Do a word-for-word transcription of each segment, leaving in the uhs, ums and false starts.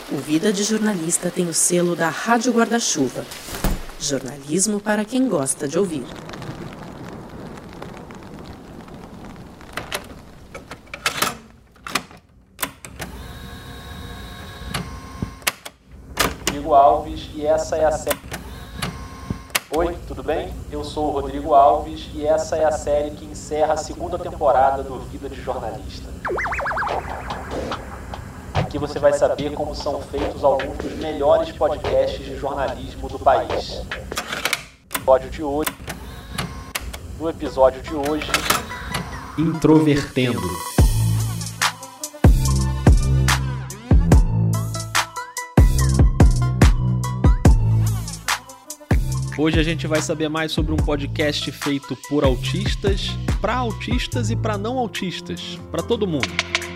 O Vida de Jornalista tem o selo da Rádio Guarda-Chuva. Jornalismo para quem gosta de ouvir. Rodrigo Alves e essa é a série... Oi, tudo bem? Eu sou o Rodrigo Alves e essa é a série que encerra a segunda temporada do Vida de Jornalista. Aqui você vai saber como são feitos alguns dos melhores podcasts de jornalismo do país. No episódio de hoje, no episódio de hoje, Introvertendo. Hoje a gente vai saber mais sobre um podcast feito por autistas, para autistas e para não autistas, para todo mundo.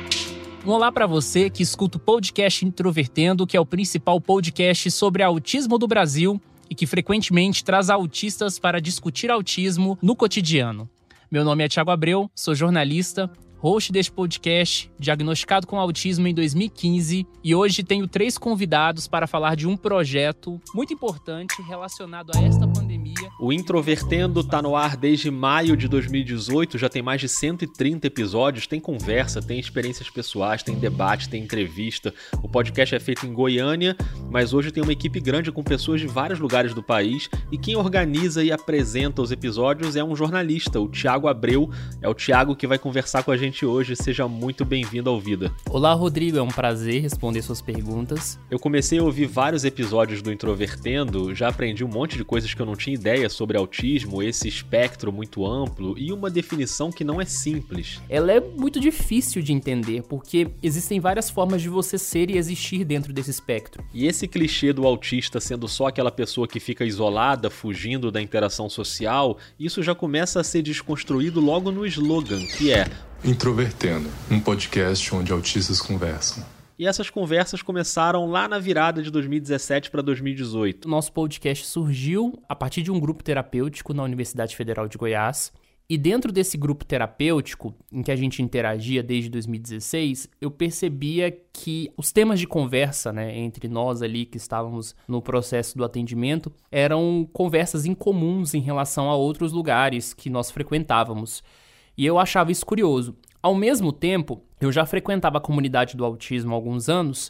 Um olá para você que escuta o podcast Introvertendo, que é o principal podcast sobre autismo do Brasil e que frequentemente traz autistas para discutir autismo no cotidiano. Meu nome é Thiago Abreu, sou jornalista, host deste podcast, diagnosticado com autismo em dois mil e quinze, e hoje tenho três convidados para falar de um projeto muito importante relacionado a esta pandemia. O Introvertendo está no ar desde maio de dois mil e dezoito, já tem mais de cento e trinta episódios, tem conversa, tem experiências pessoais, tem debate, tem entrevista. O podcast é feito em Goiânia, mas hoje tem uma equipe grande com pessoas de vários lugares do país, e quem organiza e apresenta os episódios é um jornalista, o Thiago Abreu. É o Thiago que vai conversar com a gente hoje. Seja muito bem-vindo ao Vida. Olá, Rodrigo, é um prazer responder suas perguntas. Eu comecei a ouvir vários episódios do Introvertendo, já aprendi um monte de coisas que eu não tinha ideia sobre autismo, esse espectro muito amplo e uma definição que não é simples. Ela é muito difícil de entender, porque existem várias formas de você ser e existir dentro desse espectro. E esse clichê do autista sendo só aquela pessoa que fica isolada, fugindo da interação social, isso já começa a ser desconstruído logo no slogan, que é Introvertendo, um podcast onde autistas conversam. E essas conversas começaram lá na virada de dois mil e dezessete para dois mil e dezoito. Nosso podcast surgiu a partir de um grupo terapêutico na Universidade Federal de Goiás. E dentro desse grupo terapêutico, em que a gente interagia desde dois mil e dezesseis, eu percebia que os temas de conversa, né, entre nós ali que estávamos no processo do atendimento, eram conversas incomuns em relação a outros lugares que nós frequentávamos. E eu achava isso curioso. Ao mesmo tempo, eu já frequentava a comunidade do autismo há alguns anos,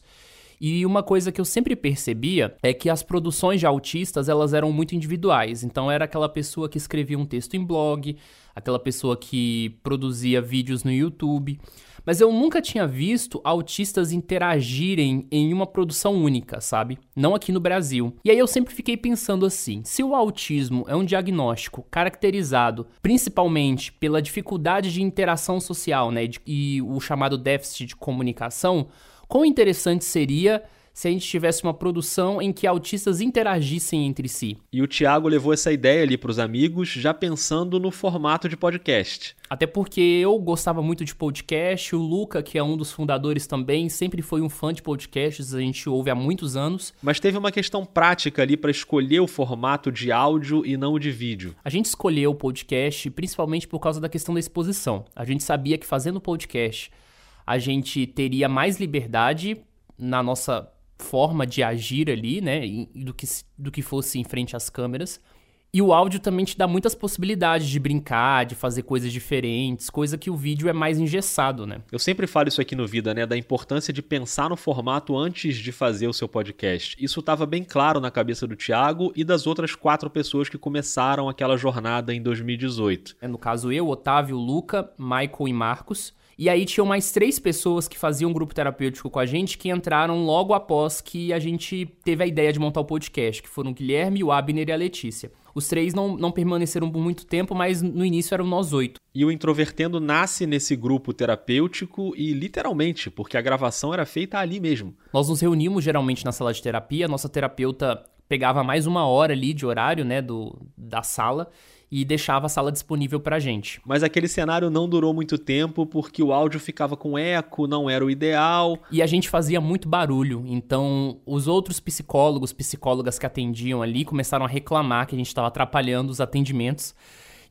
e uma coisa que eu sempre percebia é que as produções de autistas, elas eram muito individuais. Então era aquela pessoa que escrevia um texto em blog, aquela pessoa que produzia vídeos no YouTube. Mas eu nunca tinha visto autistas interagirem em uma produção única, sabe? Não aqui no Brasil. E aí eu sempre fiquei pensando assim, se o autismo é um diagnóstico caracterizado principalmente pela dificuldade de interação social, né, e o chamado déficit de comunicação, quão interessante seria se a gente tivesse uma produção em que autistas interagissem entre si. E o Thiago levou essa ideia ali para os amigos, já pensando no formato de podcast. Até porque eu gostava muito de podcast, o Luca, que é um dos fundadores também, sempre foi um fã de podcasts, a gente ouve há muitos anos. Mas teve uma questão prática ali para escolher o formato de áudio e não o de vídeo. A gente escolheu o podcast principalmente por causa da questão da exposição. A gente sabia que fazendo podcast a gente teria mais liberdade na nossa forma de agir ali, né, do que, do que fosse em frente às câmeras. E o áudio também te dá muitas possibilidades de brincar, de fazer coisas diferentes, coisa que o vídeo é mais engessado, né? Eu sempre falo isso aqui no Vida, né, da importância de pensar no formato antes de fazer o seu podcast. Isso estava bem claro na cabeça do Thiago e das outras quatro pessoas que começaram aquela jornada em dois mil e dezoito. No caso eu, Otávio, Luca, Michael e Marcos. E aí tinham mais três pessoas que faziam um grupo terapêutico com a gente, que entraram logo após que a gente teve a ideia de montar o podcast, que foram o Guilherme, o Abner e a Letícia. Os três não, não permaneceram por muito tempo, mas no início eram nós oito. E o Introvertendo nasce nesse grupo terapêutico e literalmente, porque a gravação era feita ali mesmo. Nós nos reunimos geralmente na sala de terapia, nossa terapeuta pegava mais uma hora ali de horário, né, do, da sala, e deixava a sala disponível pra gente. Mas aquele cenário não durou muito tempo porque o áudio ficava com eco, não era o ideal. E a gente fazia muito barulho, então os outros psicólogos, psicólogas que atendiam ali começaram a reclamar que a gente estava atrapalhando os atendimentos.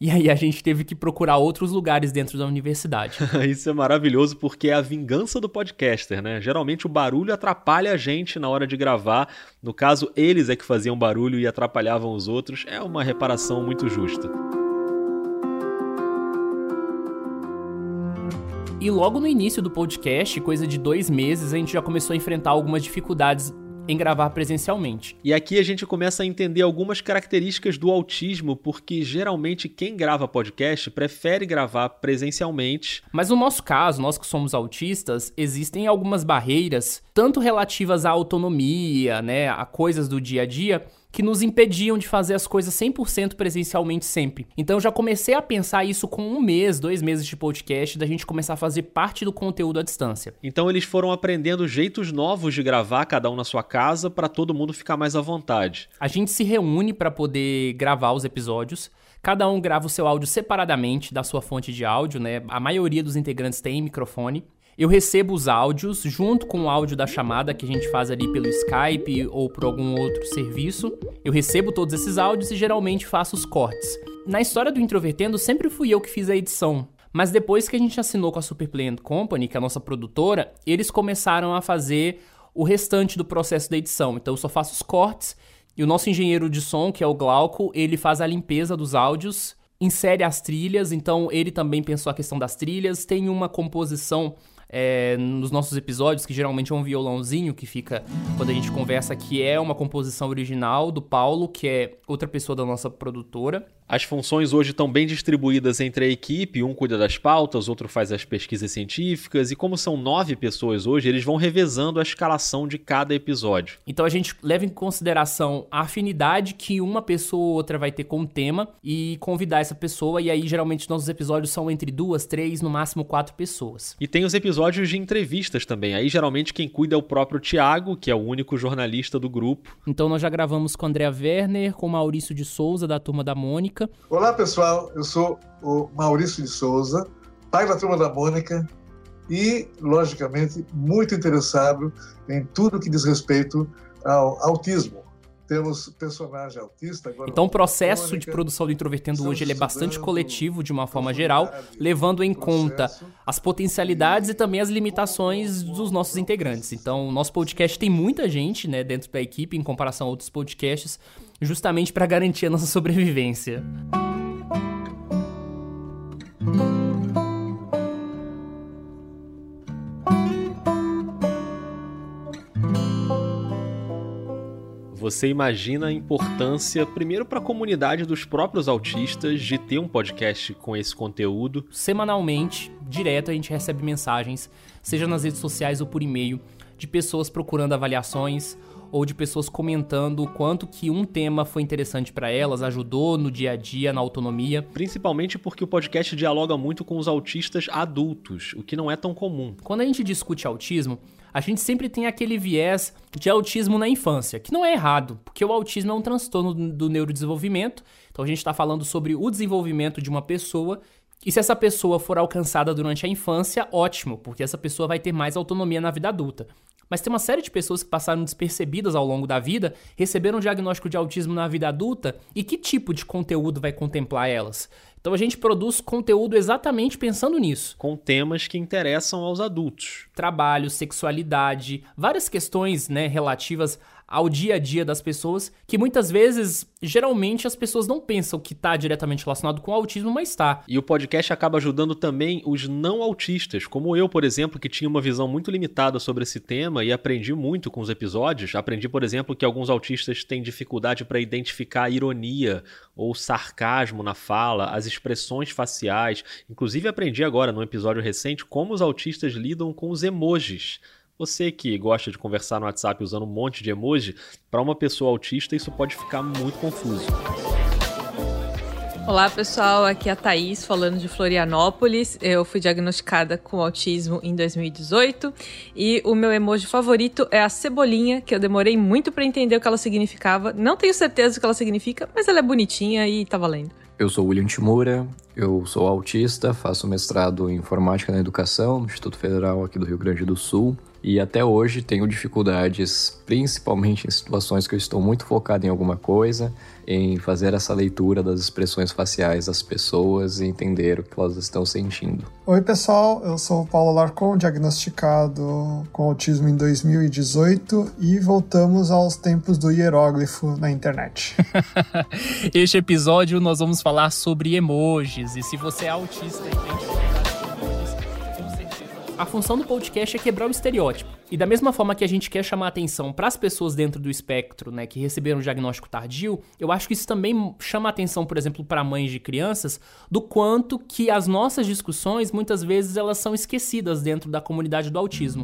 E aí a gente teve que procurar outros lugares dentro da universidade. Isso é maravilhoso porque é a vingança do podcaster, né? Geralmente o barulho atrapalha a gente na hora de gravar. No caso, eles é que faziam barulho e atrapalhavam os outros. É uma reparação muito justa. E logo no início do podcast, coisa de dois meses, a gente já começou a enfrentar algumas dificuldades em gravar presencialmente. E aqui a gente começa a entender algumas características do autismo, porque geralmente quem grava podcast prefere gravar presencialmente. Mas no nosso caso, nós que somos autistas, existem algumas barreiras, tanto relativas à autonomia, né, a coisas do dia a dia, que nos impediam de fazer as coisas cem por cento presencialmente sempre. Então eu já comecei a pensar isso com um mês, dois meses de podcast, da gente começar a fazer parte do conteúdo à distância. Então eles foram aprendendo jeitos novos de gravar, cada um na sua casa, para todo mundo ficar mais à vontade. A gente se reúne para poder gravar os episódios. Cada um grava o seu áudio separadamente da sua fonte de áudio, né? A maioria dos integrantes tem microfone. Eu recebo os áudios junto com o áudio da chamada que a gente faz ali pelo Skype ou por algum outro serviço. Eu recebo todos esses áudios e geralmente faço os cortes. Na história do Introvertendo, sempre fui eu que fiz a edição. Mas depois que a gente assinou com a Superplay and Company, que é a nossa produtora, eles começaram a fazer o restante do processo da edição. Então eu só faço os cortes e o nosso engenheiro de som, que é o Glauco, ele faz a limpeza dos áudios, insere as trilhas, então ele também pensou a questão das trilhas, tem uma composição... É, nos nossos episódios, que geralmente é um violãozinho que fica quando a gente conversa, que é uma composição original do Paulo, que é outra pessoa da nossa produtora. As funções hoje estão bem distribuídas entre a equipe, um cuida das pautas, outro faz as pesquisas científicas, e como são nove pessoas hoje, eles vão revezando a escalação de cada episódio. Então a gente leva em consideração a afinidade que uma pessoa ou outra vai ter com o tema e convidar essa pessoa, e aí geralmente nossos episódios são entre duas, três, no máximo quatro pessoas. E tem os episódios de entrevistas também, aí geralmente quem cuida é o próprio Thiago, que é o único jornalista do grupo. Então nós já gravamos com o André Werner, com o Maurício de Souza, da Turma da Mônica. Olá pessoal, eu sou o Maurício de Souza, pai da Turma da Mônica e, logicamente, muito interessado em tudo que diz respeito ao autismo. Temos personagem autista. Agora então o processo de produção do Introvertendo hoje ele é bastante coletivo de uma forma geral, levando em conta as potencialidades e também as limitações dos nossos integrantes. Então o nosso podcast tem muita gente, né, dentro da equipe em comparação a outros podcasts, justamente para garantir a nossa sobrevivência. Você imagina a importância, primeiro para a comunidade dos próprios autistas, de ter um podcast com esse conteúdo. Semanalmente, direto, a gente recebe mensagens, seja nas redes sociais ou por e-mail, de pessoas procurando avaliações ou de pessoas comentando o quanto que um tema foi interessante para elas, ajudou no dia a dia, na autonomia. Principalmente porque o podcast dialoga muito com os autistas adultos, o que não é tão comum. Quando a gente discute autismo, a gente sempre tem aquele viés de autismo na infância, que não é errado, porque o autismo é um transtorno do neurodesenvolvimento, então a gente está falando sobre o desenvolvimento de uma pessoa, e se essa pessoa for alcançada durante a infância, ótimo, porque essa pessoa vai ter mais autonomia na vida adulta. Mas tem uma série de pessoas que passaram despercebidas ao longo da vida, receberam um diagnóstico de autismo na vida adulta, e que tipo de conteúdo vai contemplar elas? Então a gente produz conteúdo exatamente pensando nisso. Com temas que interessam aos adultos. Trabalho, sexualidade, várias questões, né, relativas ao dia a dia das pessoas, que muitas vezes, geralmente, as pessoas não pensam que está diretamente relacionado com o autismo, mas está. E o podcast acaba ajudando também os não autistas, como eu, por exemplo, que tinha uma visão muito limitada sobre esse tema e aprendi muito com os episódios. Aprendi, por exemplo, que alguns autistas têm dificuldade para identificar a ironia ou sarcasmo na fala, as expressões faciais. Inclusive, aprendi agora, num episódio recente, como os autistas lidam com os emojis. Você que gosta de conversar no WhatsApp usando um monte de emoji, para uma pessoa autista isso pode ficar muito confuso. Olá pessoal, aqui é a Thaís falando de Florianópolis. Eu fui diagnosticada com autismo em dois mil e dezoito e o meu emoji favorito é a cebolinha, que eu demorei muito para entender o que ela significava. Não tenho certeza do que ela significa, mas ela é bonitinha e tá valendo. Eu sou o William Timura, eu sou autista, faço mestrado em Informática na Educação no Instituto Federal aqui do Rio Grande do Sul. E até hoje tenho dificuldades, principalmente em situações que eu estou muito focado em alguma coisa, em fazer essa leitura das expressões faciais das pessoas e entender o que elas estão sentindo. Oi pessoal, eu sou o Paulo Alarcon, diagnosticado com autismo em dois mil e dezoito e voltamos aos tempos do hieróglifo na internet. Este episódio nós vamos falar sobre emojis, e se você é autista e tem dificuldade com emojis, com certeza. A função do podcast é quebrar o estereótipo. E da mesma forma que a gente quer chamar atenção para as pessoas dentro do espectro, né, que receberam um diagnóstico tardio, eu acho que isso também chama atenção, por exemplo, para mães de crianças, do quanto que as nossas discussões, muitas vezes, elas são esquecidas dentro da comunidade do autismo.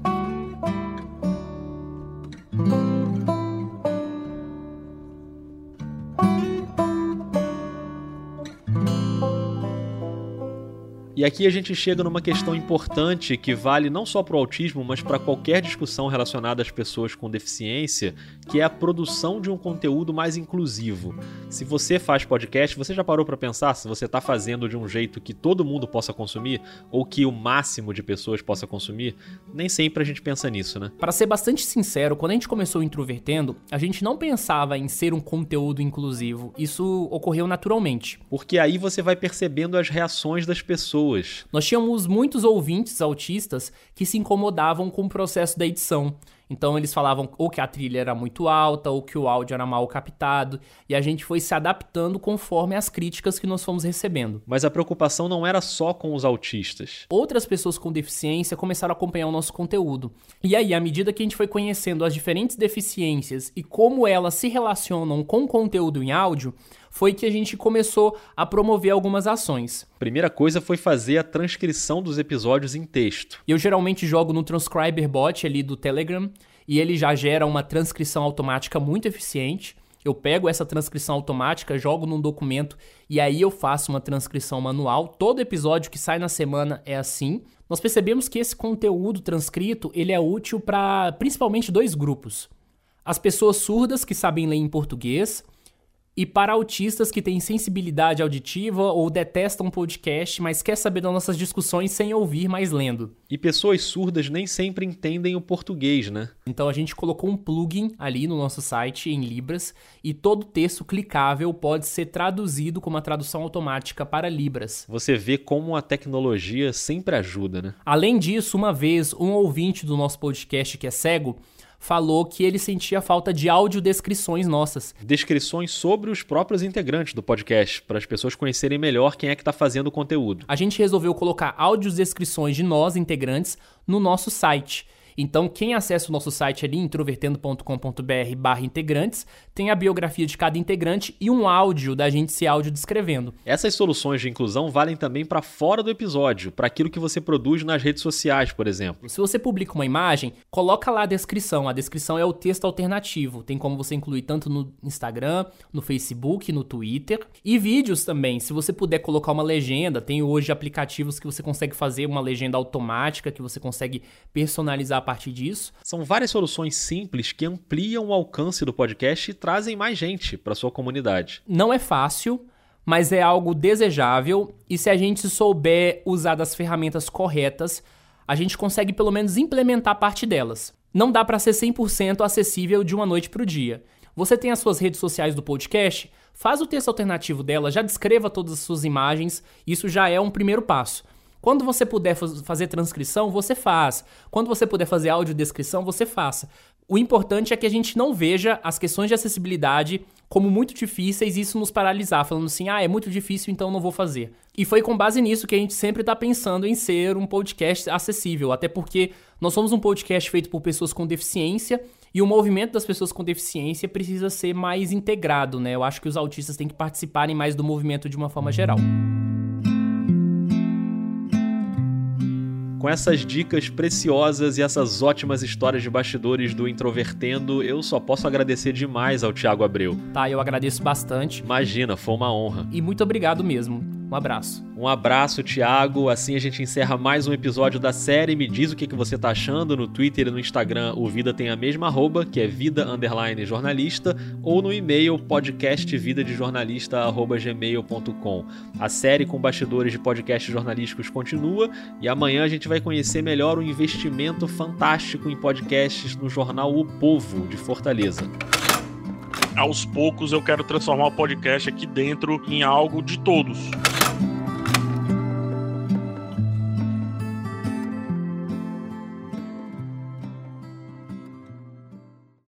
E aqui a gente chega numa questão importante que vale não só para o autismo, mas para qualquer discussão relacionada às pessoas com deficiência, que é a produção de um conteúdo mais inclusivo. Se você faz podcast, você já parou para pensar se você está fazendo de um jeito que todo mundo possa consumir ou que o máximo de pessoas possa consumir? Nem sempre a gente pensa nisso, né? Para ser bastante sincero, quando a gente começou o Introvertendo, a gente não pensava em ser um conteúdo inclusivo. Isso ocorreu naturalmente. Porque aí você vai percebendo as reações das pessoas. Nós tínhamos muitos ouvintes autistas que se incomodavam com o processo da edição. Então eles falavam ou que a trilha era muito alta ou que o áudio era mal captado, e a gente foi se adaptando conforme as críticas que nós fomos recebendo. Mas a preocupação não era só com os autistas. Outras pessoas com deficiência começaram a acompanhar o nosso conteúdo. E aí, à medida que a gente foi conhecendo as diferentes deficiências e como elas se relacionam com o conteúdo em áudio, foi que a gente começou a promover algumas ações. A primeira coisa foi fazer a transcrição dos episódios em texto. Eu geralmente jogo no Transcriber Bot ali do Telegram, e ele já gera uma transcrição automática muito eficiente. Eu pego essa transcrição automática, jogo num documento e aí eu faço uma transcrição manual. Todo episódio que sai na semana é assim. Nós percebemos que esse conteúdo transcrito ele é útil para principalmente dois grupos. As pessoas surdas que sabem ler em português, e para autistas que têm sensibilidade auditiva ou detestam podcast, mas quer saber das nossas discussões sem ouvir, mas lendo. E pessoas surdas nem sempre entendem o português, né? Então a gente colocou um plugin ali no nosso site em Libras, e todo texto clicável pode ser traduzido com uma tradução automática para Libras. Você vê como a tecnologia sempre ajuda, né? Além disso, uma vez um ouvinte do nosso podcast que é cego falou que ele sentia falta de audiodescrições nossas. Descrições sobre os próprios integrantes do podcast, para as pessoas conhecerem melhor quem é que está fazendo o conteúdo. A gente resolveu colocar audiodescrições de nós, integrantes, no nosso site. Então, quem acessa o nosso site ali, introvertendo ponto com ponto b r barra integrantes, tem a biografia de cada integrante e um áudio da gente se audiodescrevendo. Essas soluções de inclusão valem também para fora do episódio, para aquilo que você produz nas redes sociais, por exemplo. Se você publica uma imagem, coloca lá a descrição. A descrição é o texto alternativo. Tem como você incluir tanto no Instagram, no Facebook, no Twitter. E vídeos também. Se você puder colocar uma legenda, tem hoje aplicativos que você consegue fazer uma legenda automática, que você consegue personalizar a partir disso. São várias soluções simples que ampliam o alcance do podcast e trazem mais gente para sua comunidade. Não é fácil, mas é algo desejável, e se a gente souber usar das ferramentas corretas, a gente consegue pelo menos implementar parte delas. Não dá para ser cem por cento acessível de uma noite para o dia. Você tem as suas redes sociais do podcast? Faz o texto alternativo dela, já descreva todas as suas imagens, isso já é um primeiro passo. Quando você puder fazer transcrição, você faz. Quando você puder fazer audiodescrição, você faça. O importante é que a gente não veja as questões de acessibilidade como muito difíceis e isso nos paralisar, falando assim, ah, é muito difícil, então não vou fazer. E foi com base nisso que a gente sempre está pensando em ser um podcast acessível, até porque nós somos um podcast feito por pessoas com deficiência e o movimento das pessoas com deficiência precisa ser mais integrado, né? Eu acho que os autistas têm que participarem mais do movimento de uma forma geral. Com essas dicas preciosas e essas ótimas histórias de bastidores do Introvertendo, eu só posso agradecer demais ao Thiago Abreu. Tá, eu agradeço bastante. Imagina, foi uma honra. E muito obrigado mesmo. Um abraço. Um abraço, Thiago. Assim a gente encerra mais um episódio da série. Me diz o que, que você tá achando. No Twitter e no Instagram, o Vida tem a mesma arroba, que é vida underline jornalista, ou no e-mail podcastvidadejornalista arroba gmail ponto com. A série com bastidores de podcasts jornalísticos continua e amanhã a gente vai conhecer melhor o investimento fantástico em podcasts no jornal O Povo, de Fortaleza. Aos poucos eu quero transformar o podcast aqui dentro em algo de todos.